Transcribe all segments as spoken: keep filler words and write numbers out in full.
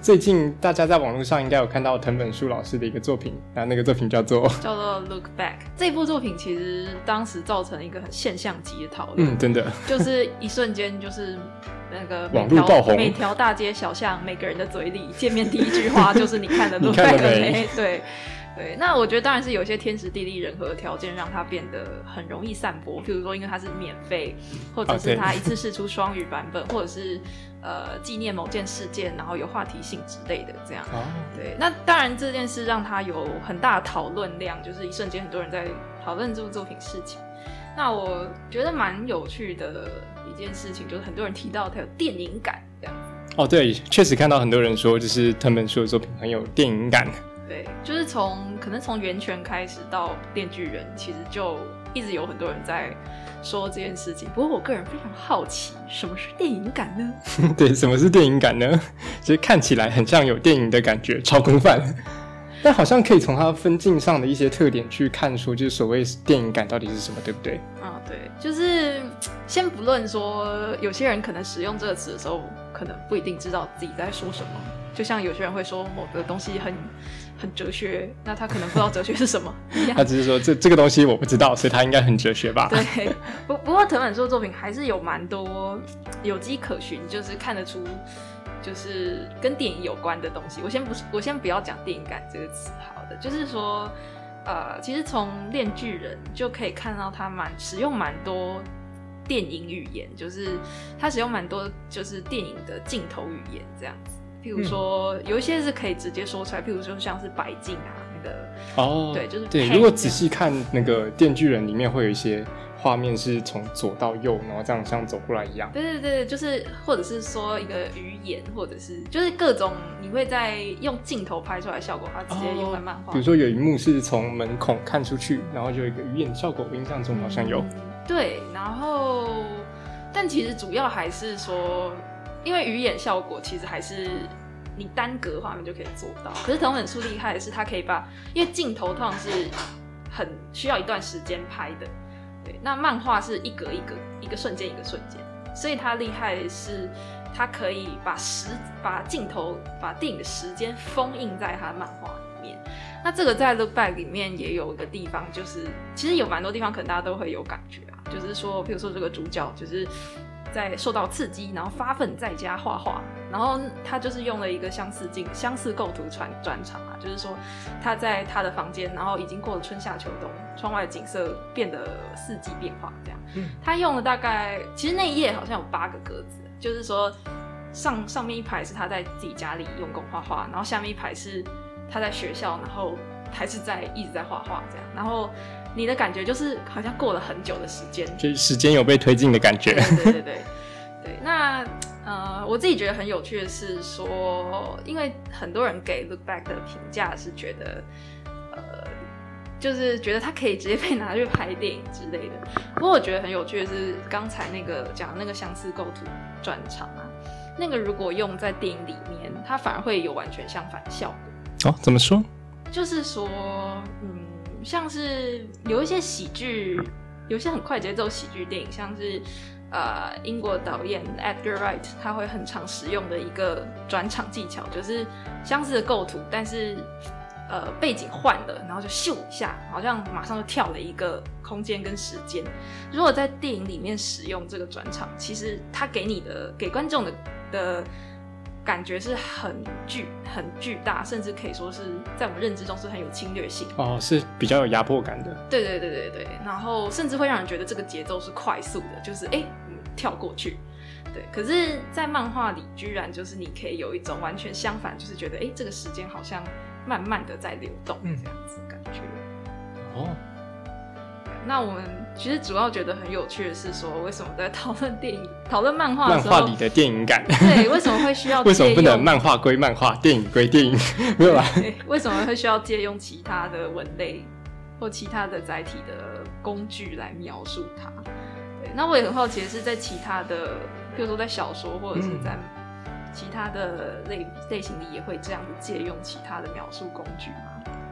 最近大家在网络上应该有看到藤本树老师的一个作品，那那个作品叫做叫做 Look Back。这部作品其实当时造成一个很现象级的讨论， 嗯，真的，就是一瞬间就是那个网络爆红， 每条大街小巷，每个人的嘴里见面第一句话就是你看了 Look Back 了没？对。对，那我觉得当然是有一些天时地利人和的条件让它变得很容易散播，譬如说因为它是免费，或者是它一次释出双语版本，或者是呃纪念某件事件，然后有话题性之类的这样。哦、对，那当然这件事让它有很大的讨论量，就是一瞬间很多人在讨论这部作品事情。那我觉得蛮有趣的一件事情，就是很多人提到它有电影感这样子。 哦，对，确实看到很多人说，就是藤本树的作品很有电影感。 对，就是从可能从源泉开始到电锯人，其实就一直有很多人在说这件事情。不过我个人非常好奇，什么是电影感呢？ 对，什么是电影感呢？其实看起来很像有电影的感觉，超空泛。但好像可以从它分镜上的一些特点去看出，就是所谓电影感到底是什么，对不对？ 啊，对，就是先不论说有些人可能使用这个词的时候，可能不一定知道自己在说什么。就像有些人会说某个东西很很哲学，那他可能不知道哲学是什么一样。 他只是说这这个东西我不知道，所以他应该很哲学吧？ 对，不不过藤本树的作品还是有蛮多有迹可循，就是看得出就是跟电影有关的东西。我先不我先不要讲电影感这个词好的，就是说呃，其实从链锯人就可以看到他蛮使用蛮多电影语言，就是他使用蛮多就是电影的镜头语言这样子。譬如说、嗯、有一些是可以直接说出来，譬如说像是白镜啊那个哦， 对，就是对。如果仔细看那个电锯人里面会有一些画面是从左到右，然后这样像走过来一样。 对对对，就是或者是说一个语言，或者是就是各种你会在用镜头拍出来的效果，它直接用在漫画、哦。 比如说有一幕是从门孔看出去，然后就有一个语言效果，我印象中好像有、嗯。 对，然后但其实主要还是说。因为鱼眼效果其实还是你单格画面就可以做到，可是藤本树厉害的是他可以把，因为镜头通常是很需要一段时间拍的，对，那漫画是一格一格一个瞬间一个瞬间，所以他厉害的是他可以把时把镜头把电影的时间封印在他漫画里面。那这个在 Look Back 里面也有一个地方，就是其实有蛮多地方可能大家都会有感觉啊，就是说譬如说这个主角就是在受到刺激，然后发奋在家画画，然后他就是用了一个相似镜、相似构图转转场啊，就是说他在他的房间，然后已经过了春夏秋冬，窗外的景色变得四季变化这样。嗯、他用了大概，其实那一页好像有八个格子，就是说上上面一排是他在自己家里用功画画，然后下面一排是他在学校，然后还是在一直在画画这样，然后。你的感觉就是好像过了很久的时间， 就是时间有被推进的感觉。 对对对对对。那呃，我自己觉得很有趣的是说，因为很多人给 Look Back 的评价是觉得，呃，就是觉得它可以直接被拿去拍电影之类的。不过我觉得很有趣的是，刚才那个讲的那个相似构图转场啊，那个如果用在电影里面，它反而会有完全相反的效果。 哦，怎么说？ 就是说，嗯。像是有一些喜剧，有些很快节奏喜剧电影，像是呃英国导演 Edgar Wright 他会很常使用的一个转场技巧，就是相似的构图，但是呃背景换了，然后就咻一下，好像马上就跳了一个空间跟时间。如果在电影里面使用这个转场，其实它给你的给观众的的感觉是很巨很巨大，甚至可以说是在我们认知中是很有侵略性哦，是比较有压迫感的。 对对对对对，然后甚至会让人觉得这个节奏是快速的，就是哎、嗯、跳过去。对，可是，在漫画里居然就是你可以有一种完全相反，就是觉得哎这个时间好像慢慢的在流动、嗯、这样子的感觉。哦。那我们其实主要觉得很有趣的是说，为什么在讨论电影、讨论漫画的时候， 漫画里的电影感， 对，为什么会需要借用？ 为什么不能漫画归漫画，电影归电影？没有啦。 为什么会需要借用其他的文类或其他的载体的工具来描述它？对，那我也很好奇的是，在其他的，比如说在小说或者是在其他的类、嗯、类型里，也会这样子借用其他的描述工具吗？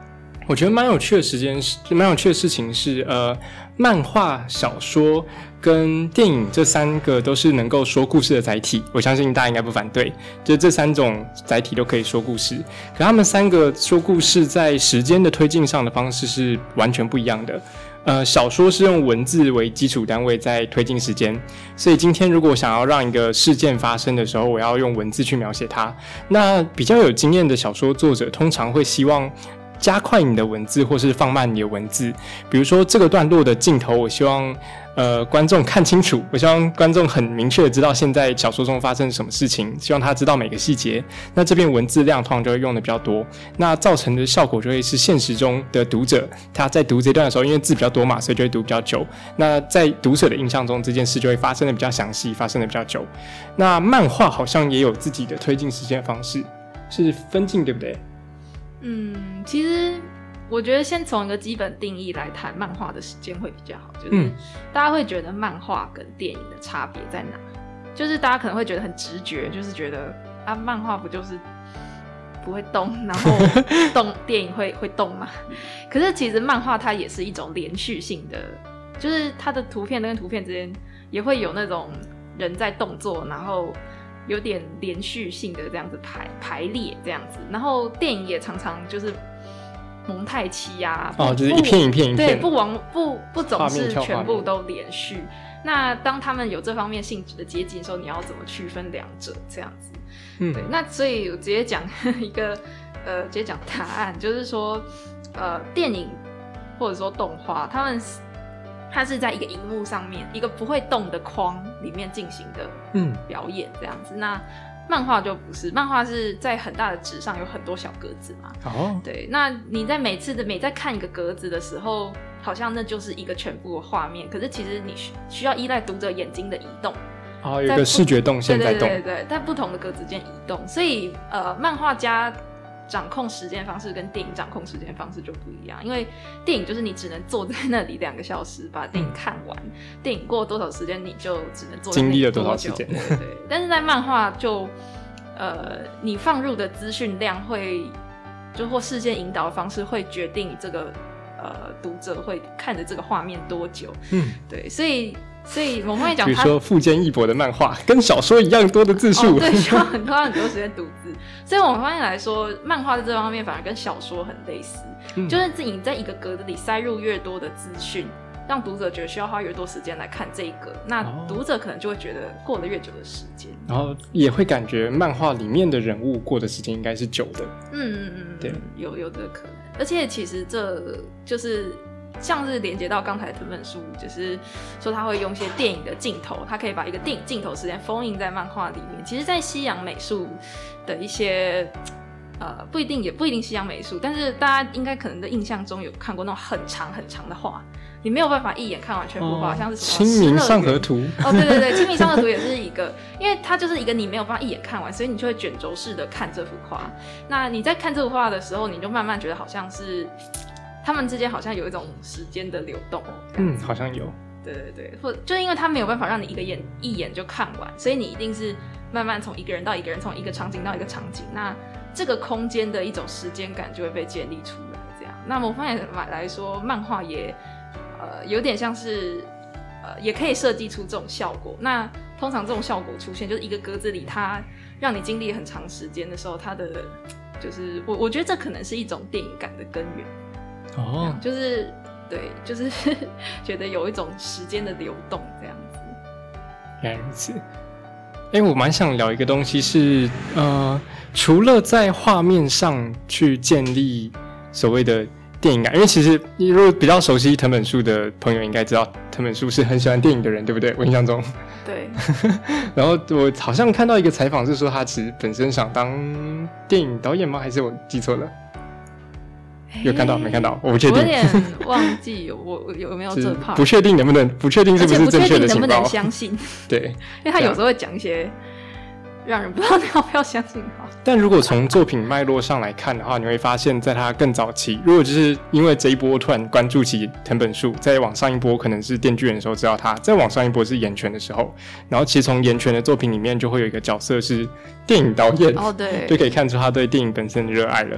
我觉得蛮有趣的时间是，蛮有趣的事情是，呃，漫画、小说跟电影这三个都是能够说故事的载体，我相信大家应该不反对，就这三种载体都可以说故事。可他们三个说故事在时间的推进上的方式是完全不一样的。呃，小说是用文字为基础单位在推进时间，所以今天如果想要让一个事件发生的时候，我要用文字去描写它。那比较有经验的小说作者通常会希望加快你的文字或是放慢你的文字，比如说这个段落的镜头我希望呃观众看清楚，我希望观众很明确的知道现在小说中发生什么事情，希望他知道每个细节，那这边文字量通常就会用的比较多，那造成的效果就会是现实中的读者他在读这段的时候，因为字比较多嘛，所以就会读比较久，那在读者的印象中这件事就会发生的比较详细，发生的比较久。那漫画好像也有自己的推进时间的方式，是分镜对不对？ 嗯，其实我觉得先从一个基本定义来谈漫画的时间会比较好，就是大家会觉得漫画跟电影的差别在哪？就是大家可能会觉得很直觉，就是觉得啊，漫画不就是不会动，然后动电影会会动嘛？可是其实漫画它也是一种连续性的，就是它的图片跟图片之间也会有那种人在动作，然后有点连续性的这样子排排列这样子，然后电影也常常就是蒙太奇啊， 哦，就是一片一片一片， 对，不往不不总是全部都连续。那当他们有这方面性质的接近的时候，你要怎么区分两者这样子？嗯，对。那所以我直接讲一个呃，直接讲答案，就是说呃，电影或者说动画，他们它是在一个荧幕上面，一个不会动的框里面进行的表演这样子。嗯、那漫画就不是，漫画是在很大的纸上有很多小格子嘛。哦，对。那你在每次的每在看一个格子的时候，好像那就是一个全部的画面，可是其实你需要依赖读者眼睛的移动。哦，有一个视觉动线在动。对对对对，在不同的格子间移动，所以呃，漫画家掌控时间方式跟电影掌控时间方式就不一样，因为电影就是你只能坐在那里两个小时把电影看完，嗯、电影过多少时间你就只能坐在那里多久，经历了多少时间，对对对。但是在漫画就，呃，你放入的资讯量会，就或事件引导的方式会决定你这个呃读者会看着这个画面多久，嗯，对，所以。所以我们会讲，比如说富坚义博的漫画跟小说一样多的字数，哦，对，需要很多很多时间读字。所以我们发现来说，漫画在这方面反而跟小说很类似，嗯、就是你在一个格子里塞入越多的资讯，让读者觉得需要花越多时间来看这一格，那读者可能就会觉得过了越久的时间，然后也会感觉漫画里面的人物过的时间应该是久的。嗯嗯嗯，对，有有这个可能。而且其实这就是。像是连接到刚才的藤本树，就是说他会用一些电影的镜头，他可以把一个电影镜头时间封印在漫画里面。其实在西洋美术的一些呃不一定也不一定西洋美术，但是大家应该可能的印象中有看过那种很长很长的画，你没有办法一眼看完全部画，哦、像是什么清明上河图哦，对对对，清明上河图也是一个，因为它就是一个你没有办法一眼看完，所以你就会卷轴式的看这幅画。那你在看这幅画的时候，你就慢慢觉得好像是。他们之间好像有一种时间的流动，嗯，好像有，对对对，或就因为他没有办法让你一个眼一眼就看完，所以你一定是慢慢从一个人到一个人，从一个场景到一个场景，那这个空间的一种时间感就会被建立出来。这样，那我发现来说，漫画也呃有点像是呃也可以设计出这种效果。那通常这种效果出现，就是一个格子里，它让你经历很长时间的时候，它的就是我我觉得这可能是一种电影感的根源。哦，就是对，就是觉得有一种时间的流动这样子。原来如此。哎，我蛮想聊一个东西是，呃，除了在画面上去建立所谓的电影感，因为其实如果比较熟悉藤本树的朋友应该知道，藤本树是很喜欢电影的人，对不对？我印象中。对。然后我好像看到一个采访是说，他其实本身想当电影导演吗？还是我记错了？有看到没看到？我不确定，我有点忘记我有没有这 part， 不确定能不能，不确定是不是正确的情报，而且不确定能不能相信。对，因为他有时候会讲一些让人不知道要不要相信好。但如果从作品脉络上来看的话，你会发现在他更早期，如果就是因为这一波突然关注起藤本树，再往上一波可能是电锯人的时候知道他，再往上一波是岩泉的时候，然后其实从岩泉的作品里面就会有一个角色是电影导演，哦对，就可以看出他对电影本身的热爱了。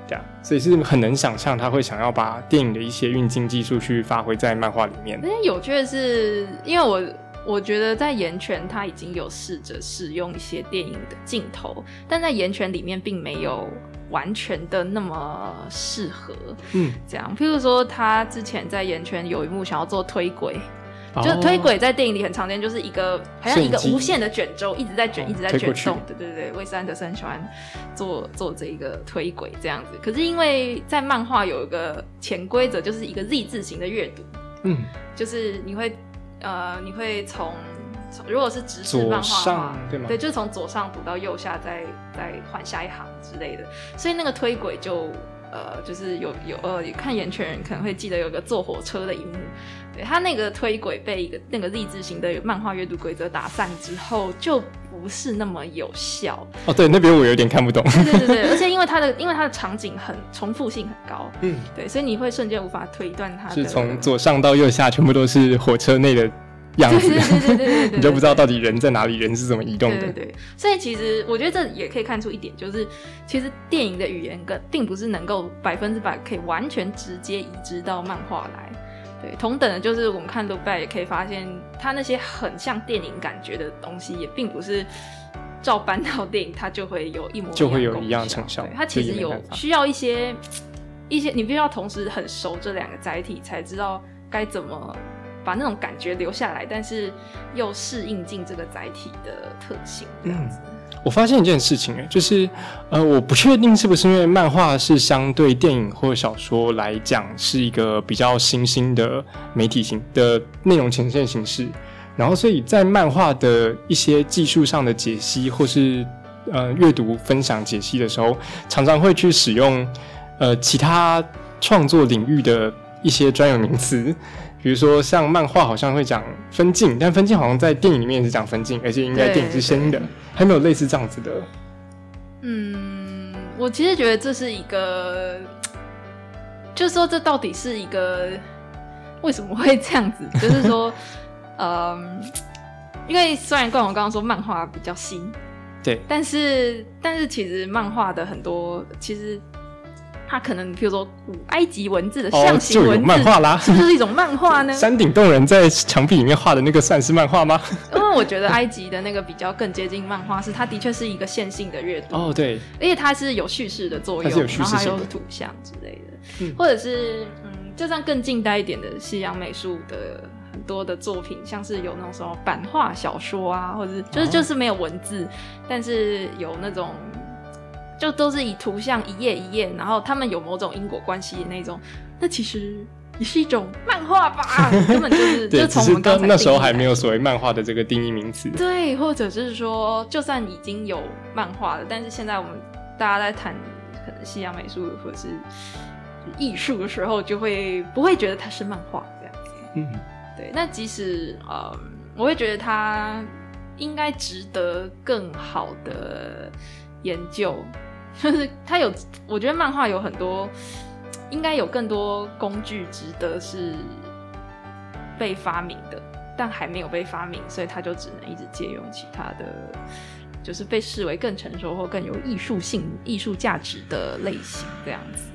对啊，所以是很能想象他会想要把电影的一些运镜技术去发挥在漫画里面。 但是有趣的是，因为我我觉得在岩泉他已经有试着使用一些电影的镜头，但在岩泉里面并没有完全的那么适合。嗯，这样，譬如说他之前在岩泉有一幕想要做推轨。就推轨在电影里很常见，就是一个好像一个无限的卷轴一直在卷、哦、一直在卷动。对对对，魏斯安德森喜欢做做这一个推轨这样子。可是因为在漫画有一个潜规则，就是一个 Z 字形的阅读。嗯，就是你会呃你会从如果是直视漫画的话，对吗？对，就是从左上读到右下，再再换下一行之类的。所以那个推轨就呃就是有有呃看岩泉人可能会记得有个坐火车的一幕。对，他那个推轨被一个那个 Z 字形的漫画阅读规则打散之后，就不是那么有效。 哦，对，那边我有点看不懂。 对对对，而且因为它的因为它的场景很重复性很高，嗯，对，所以你会瞬间无法推断它的是从左上到右下全部都是火车内的样子， 对对对对 对, 对， 你就不知道到底人在哪里，人是怎么移动的。 对对对，所以其实我觉得这也可以看出一点，就是其实电影的语言跟并不是能够百分之百可以完全直接移植到漫画来。对，同等的就是我们看 Look Back 也可以发现，它那些很像电影感觉的东西，也并不是照搬到电影它就会有一模一样就会有一样成效。 它其实有需要一些一些，你必须要同时很熟这两个载体，才知道该怎么把那种感觉留下来，但是又适应进这个载体的特性这样子。嗯， 我发现一件事情，就是呃，我不确定是不是因为漫画是相对电影或小说来讲是一个比较新兴的媒体型的内容呈现形式，然后所以在漫画的一些技术上的解析或是呃阅读分享解析的时候，常常会去使用呃其他创作领域的一些专有名词。比如说像漫画好像会讲分镜，但分镜好像在电影里面也是讲分镜，而且应该电影是先的，还没有类似这样子的。 嗯，我其实觉得这是一个，就是说这到底是一个为什么会这样子？就是说，嗯，因为虽然冠宏刚刚说漫画比较新， 对， 但是但是其实漫画的很多其实。它可能比如说古埃及文字的象形文字、哦、就有漫画啦， 是不是一种漫画呢？ 山顶洞人在墙壁里面画的那个算是漫画吗？ 因为我觉得埃及的那个比较更接近漫画，是它的确是一个线性的阅读。 哦，对， 而且它是有叙事的作用，然后它又是图像之类的，嗯、或者是嗯，就算更近代一点的西洋美术的很多的作品，像是有那种什么版画小说啊，或者是就是就是没有文字，哦、但是有那种。就都是以图像一页一页，然后他们有某种因果关系的那种，那其实也是一种漫画吧，根本就是对， 就从我们刚才那时候还没有所谓漫画的这个定义名词。 对，或者是说，就算已经有漫画了，但是现在我们大家在谈可能西洋美术或者是艺术的时候，就会不会觉得它是漫画这样子。嗯，对。那即使呃，我会觉得它应该值得更好的研究。就是它有，我觉得漫画有很多，应该有更多工具值得是被发明的，但还没有被发明，所以它就只能一直借用其他的，就是被视为更成熟或更有艺术性、艺术价值的类型这样子。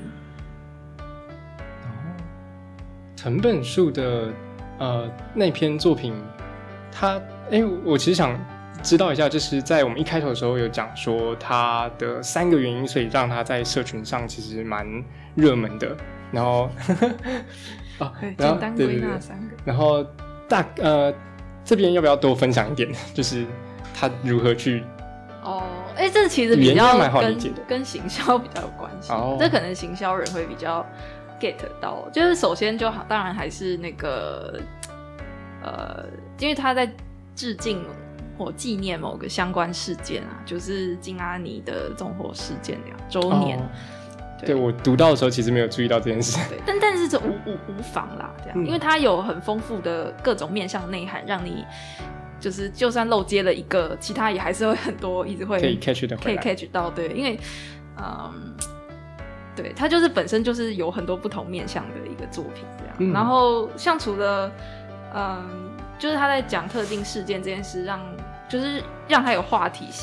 藤本树的呃那篇作品，它哎、欸，我其实想。知道一下，就是在我们一开头的时候有讲说他的三个原因，所以让他在社群上其实蛮热门的。然后， 啊，简单归纳三个。 然后大呃这边要不要多分享一点，就是他如何去？ 哦，哎、欸，这其实比较跟跟行销比较有关系。哦，这可能行销人会比较 get 到。就是首先就好，当然还是那个呃，因为他在致敬。或纪念某个相关事件啊，就是金阿尼的纵火事件两周年。哦、 对, 对我读到的时候，其实没有注意到这件事。 对，但但是这无无无妨啦，这样，嗯、因为它有很丰富的各种面向内涵，让你就是就算漏接了一个，其他也还是会很多，一直会可以 catch 的， 可以 catch 到。对，因为嗯，对，它就是本身就是有很多不同面向的一个作品，这样。嗯、然后像除了嗯。就是他在讲特定事件这件事让，就是让他有话题性嘛。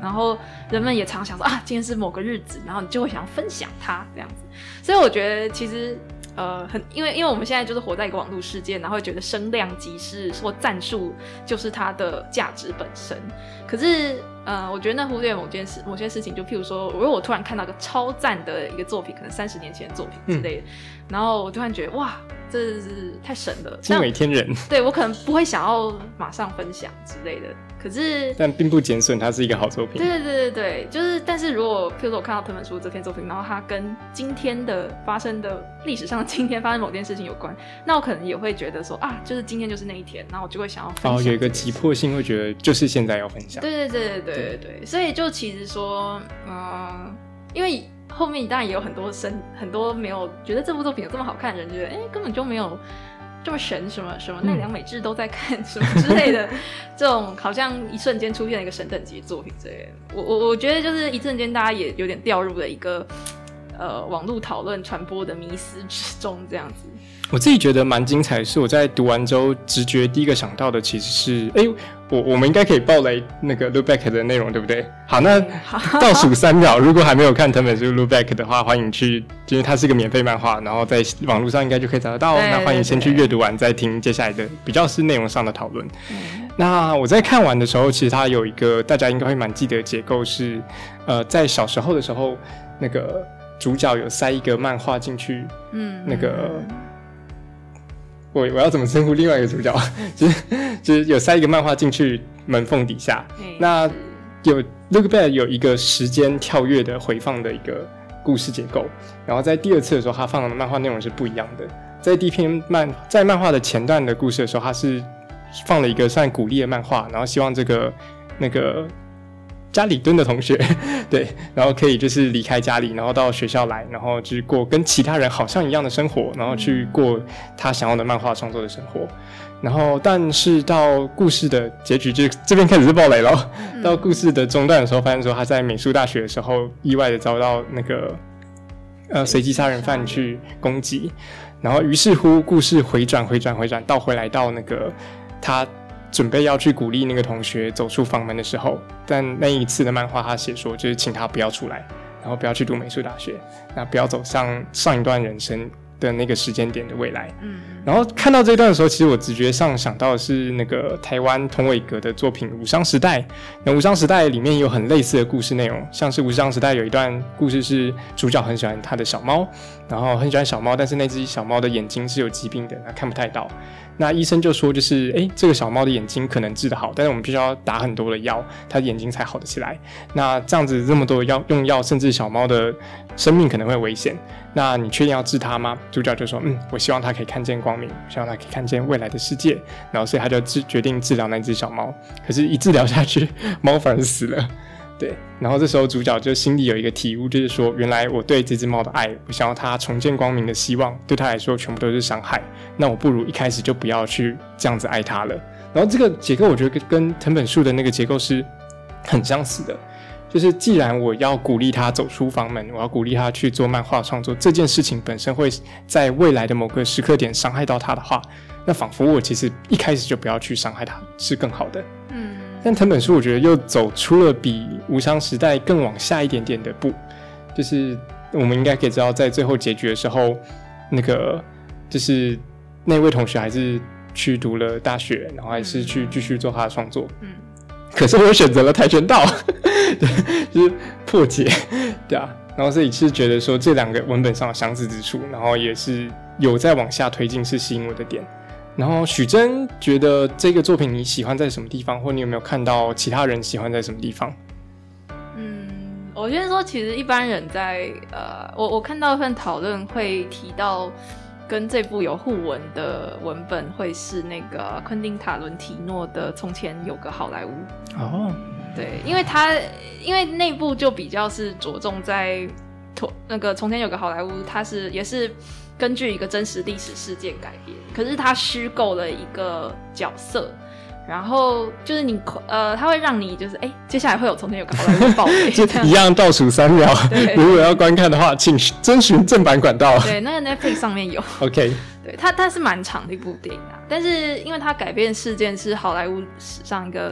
然后人们也常想说啊，今天是某个日子，然后你就会想要分享它这样子。所以我觉得其实呃很，因为因为我们现在就是活在一个网络世界，然后会觉得声量即是或赞数就是它的价值本身。可是呃，我觉得那忽略某件事某些事情，就譬如说，如果我突然看到一个超赞的一个作品，可能三十年前的作品之类的，嗯、然后我突然觉得哇，这是太神了， 惊为天人。 对，我可能不会想要马上分享之类的。可是， 但并不减损它是一个好作品。 对对对对对，就是，但是如果譬如说我看到藤本树这篇作品，然后它跟今天的发生的历史上今天发生某件事情有关，那我可能也会觉得说啊，就是今天就是那一天，然后我就会想要分享。 哦，有一个急迫性，会觉得就是现在要分享。 对对对对对对对，所以就其实说，嗯、呃，因为后面当然也有很多生很多没有觉得这部作品有这么好看的人，觉得哎根本就没有这么神，什么什么奈良美智都在看什么之类的，这种好像一瞬间出现了一个神等级的作品之类的。我我我觉得就是一瞬间大家也有点掉入了一个呃网络讨论传播的迷思之中，这样子。 我自己觉得蛮精彩的是，我在读完之后直觉第一个想到的其实是，哎，我我们应该可以爆雷那个 Look Back 的内容，对不对？好，那倒数三秒，如果还没有看藤本树 Look Back 的话，欢迎去，因为它是一个免费漫画，然后在网络上应该就可以找得到。那欢迎先去阅读完，再听接下来的比较是内容上的讨论。那我在看完的时候，其实它有一个大家应该会蛮记得的结构是，呃，在小时候的时候，那个主角有塞一个漫画进去，嗯，那个。我我要怎么称呼另外一个主角？就是就是有塞一个漫画进去门缝底下。那有 Look Back 有一个时间跳跃的回放的一个故事结构，然后在第二次的时候，他放的漫画内容是不一样的。在第一篇漫在漫画的前段的故事的时候，他是放了一个算鼓励的漫画，然后希望这个那个。家里蹲的同学，对，然后可以就是离开家里，然后到学校来，然后就是过跟其他人好像一样的生活，然后去过他想要的漫画创作的生活。然后，但是到故事的结局，就这边开始是爆雷了。嗯、到故事的中段的时候，发现说他在美术大学的时候，意外的遭到那个呃随机杀人犯去攻击，然后于是乎故事回转回转回转到回来到那个他。准备要去鼓励那个同学走出房门的时候，但那一次的漫画他写说，就是请他不要出来，然后不要去读美术大学，那不要走上上一段人生的那个时间点的未来。嗯，然后看到这一段的时候，其实我直觉上想到的是那个台湾桐尾格的作品《无伤时代》。那《无伤时代》里面有很类似的故事内容，像是《无伤时代》有一段故事是主角很喜欢他的小猫，然后很喜欢小猫，但是那只小猫的眼睛是有疾病的，他看不太到。那医生就说，就是哎，这个小猫的眼睛可能治得好，但是我们必须要打很多的药，它的眼睛才好得起来。那这样子这么多的药用药，甚至小猫的生命可能会危险。那你确定要治它吗？主角就说，嗯，我希望它可以看见光明，我希望它可以看见未来的世界。然后所以他就决定治疗那只小猫。可是，一治疗下去，猫反而死了。对，然后这时候主角就心里有一个体悟，就是说，原来我对这只猫的爱，我想要它重见光明的希望，对它来说全部都是伤害。那我不如一开始就不要去这样子爱它了。然后这个结构，我觉得跟藤本树的那个结构是很相似的，就是既然我要鼓励他走出房门，我要鼓励他去做漫画创作，这件事情本身会在未来的某个时刻点伤害到他的话，那仿佛我其实一开始就不要去伤害他，是更好的。嗯。但藤本树我觉得又走出了比无伤时代更往下一点点的步，就是我们应该可以知道，在最后结局的时候，那个就是那位同学还是去读了大学，然后还是去继续做他的创作。嗯，可是我选择了跆拳道，对，就是破解，对啊。然后所以是觉得说这两个文本上的相似之处，然后也是有在往下推进，是吸引我的点。然后许真觉得这个作品你喜欢在什么地方，或你有没有看到其他人喜欢在什么地方？ 嗯，我觉得说其实一般人在呃，我我看到一份讨论会提到跟这部有互文的文本会是那个昆汀塔伦提诺的《从前有个好莱坞》哦，对，因为他因为那部就比较是着重在那个《从前有个好莱坞》，它是也是根据一个真实历史事件改编，可是它虚构了一个角色，然后就是你呃，它会让你就是哎，接下来会有从前有个好莱坞爆雷， 就一样倒数三秒。如果要观看的话，请征询正版管道。 对，那个 Netflix 上面有。 OK， 对，它它是蛮长的一部电影啊，但是因为它改编的事件是好莱坞史上一个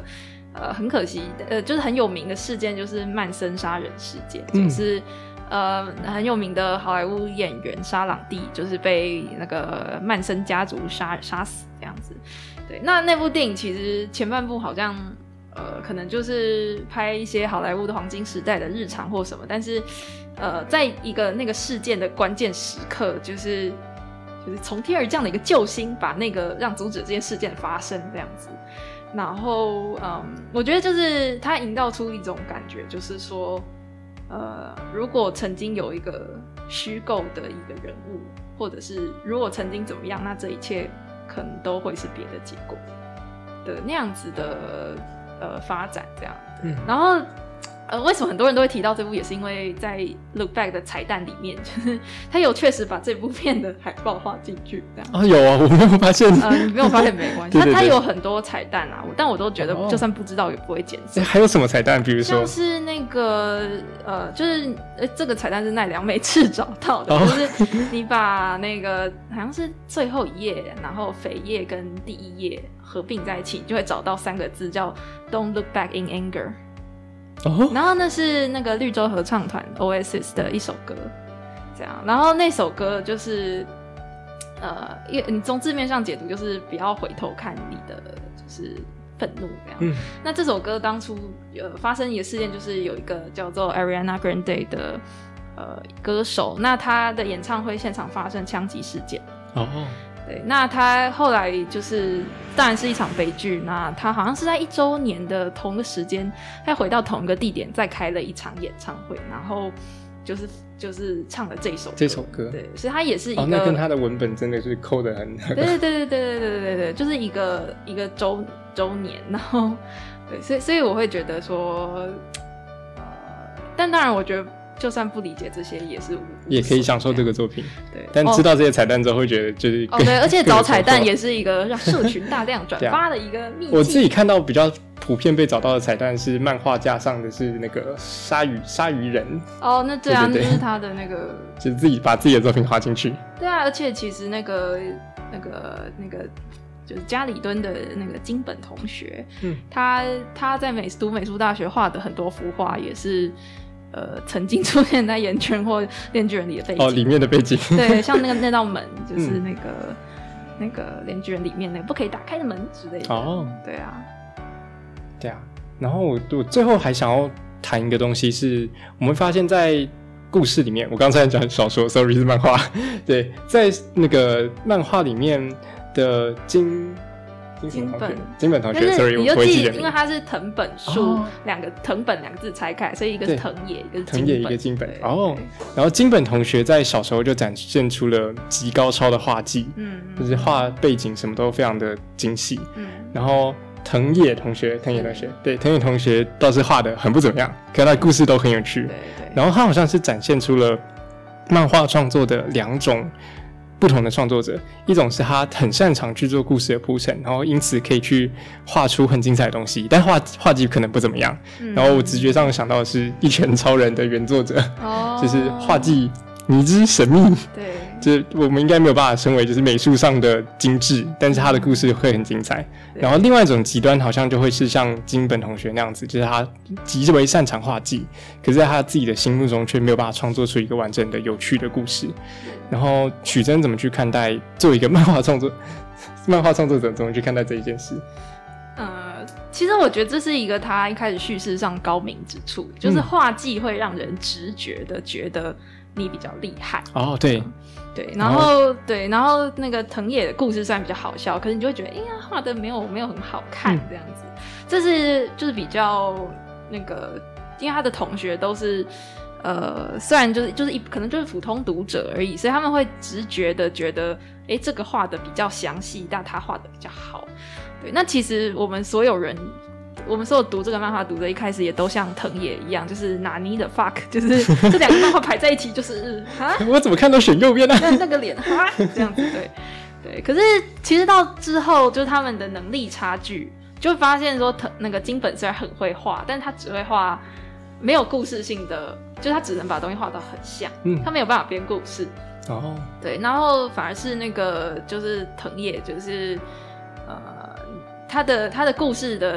呃很可惜，呃就是很有名的事件就是曼森杀人事件，嗯、就是呃很有名的好莱坞演员沙朗蒂就是被那个曼森家族杀杀死这样子。对，那那部电影其实前半部好像呃可能就是拍一些好莱坞的黄金时代的日常或什么，但是呃在一个那个事件的关键时刻，就是就是从天而降的一个救星，把那个让阻止这件事件发生这样子。然后嗯我觉得就是它营造出一种感觉，就是说呃如果曾经有一个虚构的一个人物，或者是如果曾经怎么样，那这一切可能都会是别的结果的那样子的呃发展这样。嗯，然后呃为什么很多人都会提到这部，也是因为在 Look Back 的彩蛋里面，就是他有确实把这部片的海报画进去这样。 啊有啊，我没有发现。 呃你没有发现没关系， 对对对， 他他有很多彩蛋啊，但我都觉得就算不知道也不会减少。 哦，还有什么彩蛋？比如说像是那个呃就是呃这个彩蛋是奈良美智找到的， 哦， 就是你把那个好像是最后一页，然后扉页跟第一页合并在一起，你就会找到三个字叫 Don't look back in anger。哦，然后那是那个绿洲合唱团 Oasis 的一首歌，这样。然后那首歌就是呃，你从字面上解读就是不要回头看你的就是愤怒这样。嗯，那这首歌当初呃发生一个事件，就是有一个叫做 Ariana Grande 的呃歌手，那他的演唱会现场发生枪击事件。哦。对，那他后来就是当然是一场悲剧，那他好像是在一周年的同个时间，他回到同一个地点再开了一场演唱会，然后就是就是唱了这首歌这首歌。 对，所以他也是一个， 哦，那跟他的文本真的是扣得很对对对对对对对对对，就是一个一个周周年，然后对，所以所以我会觉得说呃但当然我觉得就算不理解这些也是也可以享受这个作品。对，但知道这些彩蛋之后会觉得就是哦对，而且找彩蛋也是一个让社群大量转发的一个秘籍。 我自己看到比较普遍被找到的彩蛋是漫画架上的是那个鲨鱼鲨鱼人。 哦，那对啊，对对对，那是他的那个就是自己把自己的作品画进去。 对啊，而且其实那个那个那个就是家里蹲的那个金本同学，嗯，他他在美读美术大学画的很多幅画也是呃，曾经出现在岩圈或链锯人里的背景。 哦，里面的背景。 对，像那个那道门，就是那个、嗯、那个链锯人里面那个不可以打开的门之类的。哦，对啊， 对啊。然后我我最后还想要谈一个东西是，我们发现在故事里面，我刚才讲小说 ，sorry 是漫画。对，在那个漫画里面的金。 金本金本同学 ，sorry， 我不会记得， 因为它是藤本树两、哦、个藤本两个字拆开，所以一个是藤野，一个是金本，藤野一个金本。哦，然后金本同学在小时候就展现出了极高超的画技，嗯，就是画背景什么都非常的精细。嗯，然后藤野同学，藤野同学，对，藤野同学倒是画的很不怎么样，可他的故事都很有趣。对对。然后他好像是展现出了漫画创作的两种不同的创作者，一种是他很擅长去做故事的铺陈，然后因此可以去画出很精彩的东西，但画画技可能不怎么样。嗯、然后我直觉上想到的是一拳超人的原作者，哦、就是画技迷之神秘。对，就是我们应该没有办法称为就是美术上的精致，但是他的故事会很精彩。然后另外一种极端好像就会是像金本同学那样子，就是他极为擅长画技，可是在他自己的心目中却没有办法创作出一个完整的有趣的故事。然后曲真怎么去看待作为一个漫画创作漫画创作者怎么去看待这一件事？ 呃，其实我觉得这是一个他一开始叙事上高明之处，就是画技会让人直觉的觉得你比较厉害。哦， 对、嗯、 对，然后对，然后那个藤野的故事虽然比较好笑，可是你就会觉得哎呀画的没有没有很好看这样子、嗯、这是就是比较那个，因为他的同学都是呃，虽然就是就是一可能就是普通读者而已，所以他们会直觉的觉得哎这个画的比较详细，但他画的比较好。对，那其实我们所有人我们所有读这个漫画读的一开始也都像藤野一样，就是哪尼的 fuck， 就是这两个漫画排在一起就是哈我怎么看都选右边啊那, 那个脸哈这样子。对对，可是其实到之后就是他们的能力差距，就会发现说那个金本虽然很会画，但是他只会画没有故事性的，就是他只能把东西画到很像、嗯、他没有办法编故事。哦，对，然后反而是那个就是藤野，就是呃他的他的故事的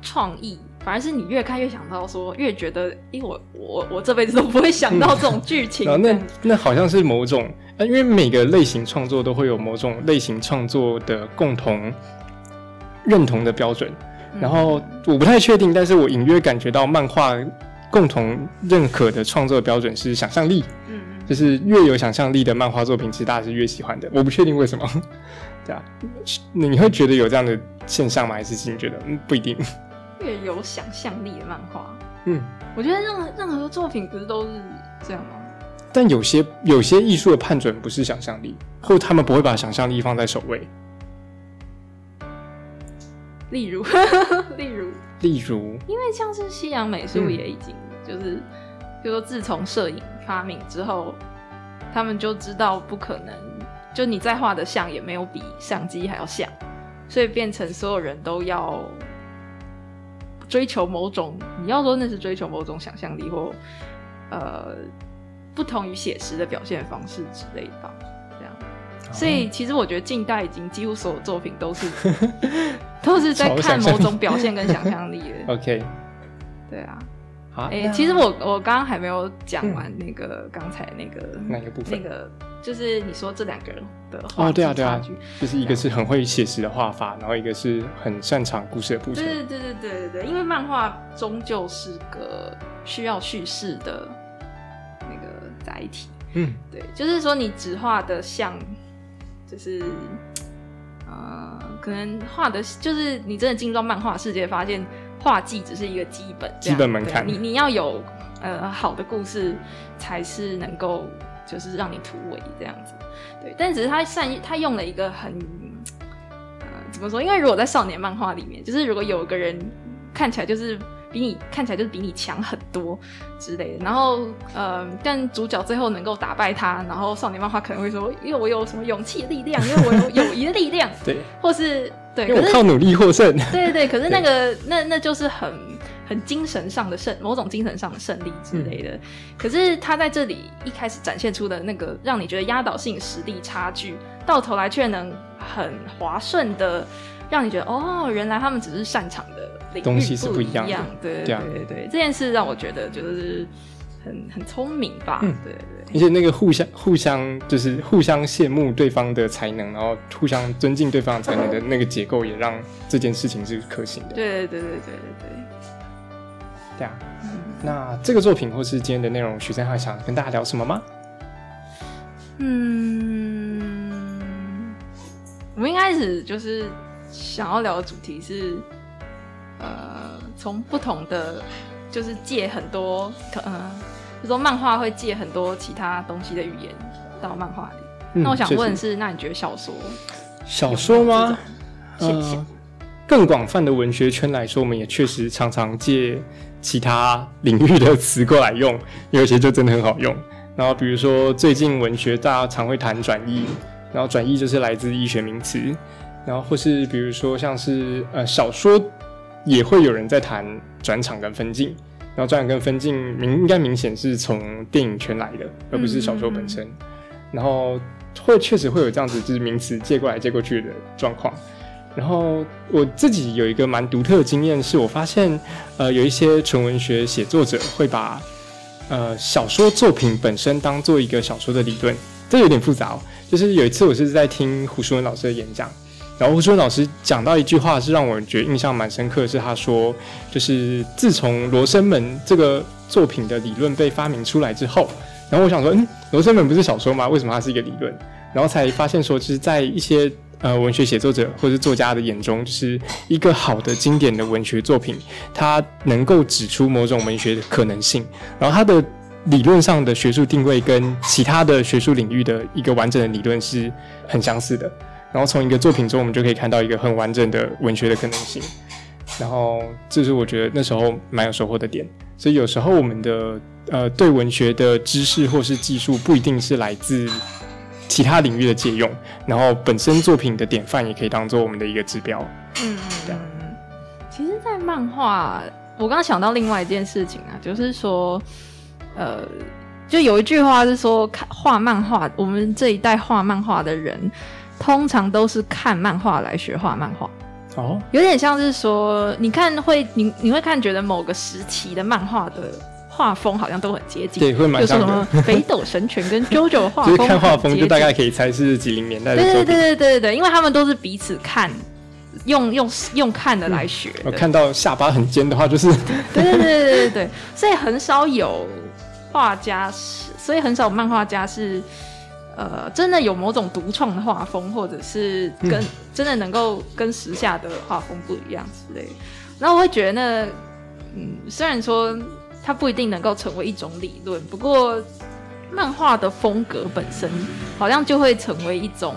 创意，反而是你越看越想到说，越觉得，因为我我我这辈子都不会想到这种剧情。 然后那那好像是某种，呃，因为每个类型创作都会有某种类型创作的共同认同的标准。然后我不太确定，但是我隐约感觉到漫画共同认可的创作的标准是想象力。嗯，就是越有想象力的漫画作品，其实大家是越喜欢的。我不确定为什么，对啊，你会觉得有这样的现象吗？还是你觉得嗯不一定？ 越有想象力的漫画， 嗯， 我觉得任何任何作品不是都是这样吗？ 但有些有些艺术的判准不是想象力，或他们不会把想象力放在首位。 例如，例如， 例如， 因为像是西洋美术也已经、嗯、就是，比如说自从摄影发明之后，他们就知道不可能，就你再画的像也没有比相机还要像，所以变成所有人都要追求某种，你要说那是追求某种想象力或呃不同于写实的表现方式之类的吧，这样。所以其实我觉得近代已经几乎所有作品都是都是在看某种表现跟想象力的。 OK， 对啊。 好， 欸、其实我我刚刚还没有讲完那个刚、嗯、才那个哪个部分？ 那个就是你说这两个人的画哦，对啊对啊， 差距， 就是一个是很会写实的画法，然后一个是很擅长故事的铺陈。 对对对对对对，因为漫画终究是个需要叙事的那个载体。嗯，对，就是说你只画的像，就是呃，可能画的，就是你真的进入到漫画世界，发现画技只是一个基本基本门槛， 你你要有呃好的故事，才是能够就是让你突围这样子。对，但只是他善他用了一个很呃怎么说？因为如果在少年漫画里面，就是如果有一个人看起来就是比你看起来就是比你强很多之类的，然后呃，但主角最后能够打败他，然后少年漫画可能会说，因为我有什么勇气的力量，因为我有友谊的力量， 对， 或是对， 因为我靠努力获胜， 对对对，可是那个那那就是很很精神上的胜，某种精神上的胜利之类的。嗯、可是他在这里一开始展现出的那个让你觉得压倒性实力差距，到头来却能很滑顺的让你觉得哦，原来他们只是擅长的领域东西是不一样的。 对对对对对，这件事让我觉得就是很很聪明吧。嗯，对对对。 而且那个互相互相就是互相羡慕对方的才能，然后互相尊敬对方的才能的那个结构，也让这件事情是可行的。 对对对对对对对。 对啊，嗯、那这个作品或是今天的内容，徐真还想跟大家聊什么吗？ 嗯，我们一开始就是想要聊的主题是，呃，从不同的就是借很多，呃，就说漫画会借很多其他东西的语言到漫画里。嗯、那我想问的是，那你觉得小说？ 小说吗？现象？呃更广泛的文学圈来说，我们也确实常常借其他领域的词过来用，有些就真的很好用。然后比如说最近文学大家常会谈转译，然后转译就是来自医学名词，然后或是比如说像是呃小说也会有人在谈转场跟分镜，然后转场跟分镜明应该明显是从电影圈来的，而不是小说本身。嗯嗯嗯然后会确实会有这样子就是名词借过来借过去的状况。然后我自己有一个蛮独特的经验，是我发现，呃，有一些纯文学写作者会把，呃，小说作品本身当做一个小说的理论，这有点复杂哦。就是有一次我是在听胡淑文老师的演讲，然后胡淑文老师讲到一句话是让我觉得印象蛮深刻的，是他说，就是自从罗生门这个作品的理论被发明出来之后，然后我想说，嗯，罗生门不是小说吗？为什么它是一个理论？然后才发现说，就是在一些呃，文学写作者或是作家的眼中，就是一个好的经典的文学作品，它能够指出某种文学的可能性，然后它的理论上的学术定位跟其他的学术领域的一个完整的理论是很相似的，然后从一个作品中我们就可以看到一个很完整的文学的可能性，然后这是我觉得那时候蛮有收获的点。所以有时候我们的呃对文学的知识或是技术不一定是来自其他领域的借用，然后本身作品的典范也可以当做我们的一个指标。嗯嗯嗯。其实，在漫画，我刚刚想到另外一件事情啊，就是说，呃，就有一句话是说，看画漫画，我们这一代画漫画的人，通常都是看漫画来学画漫画。 哦， 有点像是说，你看会你你会看觉得某个时期的漫画的画风好像都很接近， 对，会蛮像的。 就说什么北斗神拳跟 JoJo 的画风， 就是看画风就大概可以猜是几零年代的作品。 对对对对对对，因为他们都是彼此看，用用用看的来学的。 我、嗯、看到下巴很尖的话，就是对对对对对对，所以很少有画家是，所以很少有漫画家是。呃，真的有某种独创的画风，或者是跟、嗯、真的能够跟时下的画风不一样之类的。然后我会觉得那，嗯，虽然说它不一定能够成为一种理论，不过漫画的风格本身好像就会成为一种，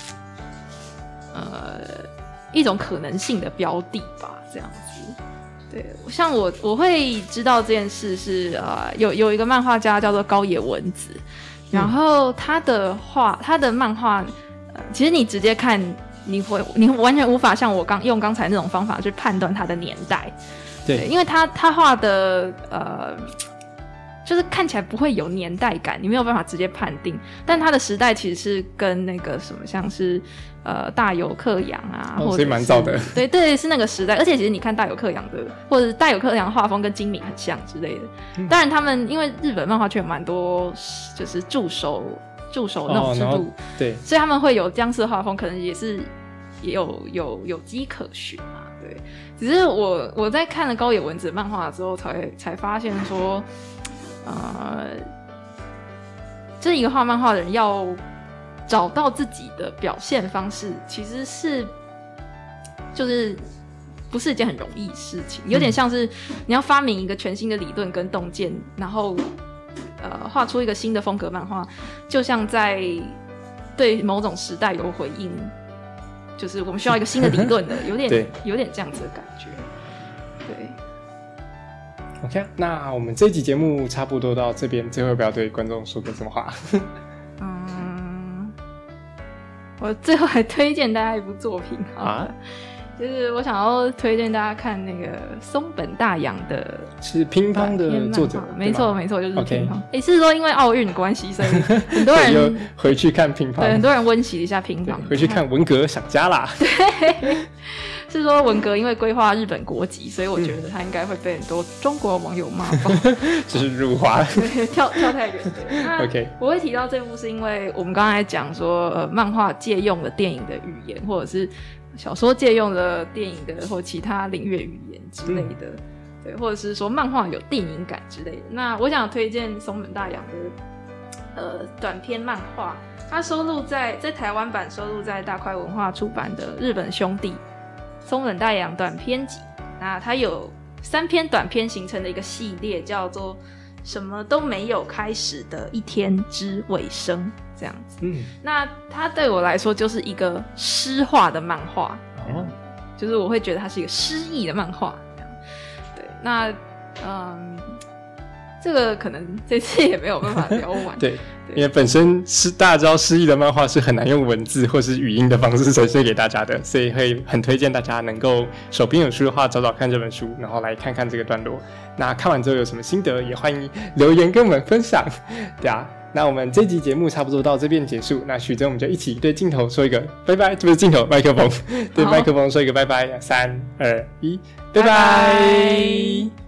呃，一种可能性的标的吧，这样子。对，像我我会知道这件事是呃，有有一个漫画家叫做高野文子。然后他的画，他的漫画，呃，其实你直接看，你会，你完全无法像我刚用刚才那种方法去判断他的年代， 对， 对因为他他画的呃，就是看起来不会有年代感，你没有办法直接判定。但他的时代其实是跟那个什么，像是呃大友克洋啊， 哦、 或者所以蛮早的， 对对，是那个时代。而且其实你看大友克洋的，或者是大友克洋画风跟金敏很像之类的。嗯、当然，他们因为日本漫画圈有蛮多就是助手助手那种制度、哦， 对， 所以他们会有相似的画风，可能也是也有有有迹可循嘛。对，只是我我在看了高野文子漫画之后才，才才发现说。呃，这一个画漫画的人要找到自己的表现方式，其实是就是不是一件很容易的事情，有点像是你要发明一个全新的理论跟洞见，然后呃画出一个新的风格漫画，就像在对某种时代有回应，就是我们需要一个新的理论的，有点有点这样子的感觉，对。 OK， 那我们这一集节目差不多到这边，最后要不要对观众说个什么话？ 嗯，我最后还推荐大家一部作品啊，就是我想要推荐大家看那个松本大洋的， 是乒乓的作者， 没错没错，就是乒乓。诶、okay 欸，是说因为奥运的关系，所以很多人又回去看乒乓， 对，很多人温习一下乒乓， 回去看文革想家啦。 对。是说文革因为规划日本国籍，所以我觉得他应该会被很多中国网友骂爆， 就是辱华， 对，跳跳太远。OK， 我会提到这部是因为我们刚才讲说，呃，漫画借用了电影的语言，或者是小说借用了电影的或其他领域语言之类的，嗯、对，或者是说漫画有电影感之类的。那我想推荐松本大洋的呃短篇漫画，它收录在在台湾版收录在大块文化出版的《日本兄弟》。松本大洋短篇集，那它有三篇短篇形成的一个系列，叫做什么都没有开始的一天之尾声，这样子。嗯，那它对我来说就是一个诗化的漫画，哦，就是我会觉得它是一个诗意的漫画。对，那嗯，这个可能这次也没有办法聊完。 对。因为本身是大家知道诗意的漫画是很难用文字或是语音的方式呈现给大家的，所以会很推荐大家能够手边有书的话找找看这本书，然后来看看这个段落。那看完之后有什么心得也欢迎留言跟我们分享。对啊，那我们这集节目差不多到这边结束，那许真我们就一起对镜头说一个拜拜，这不是镜头，麦克风，对麦克风说一个拜拜，三二一，拜拜。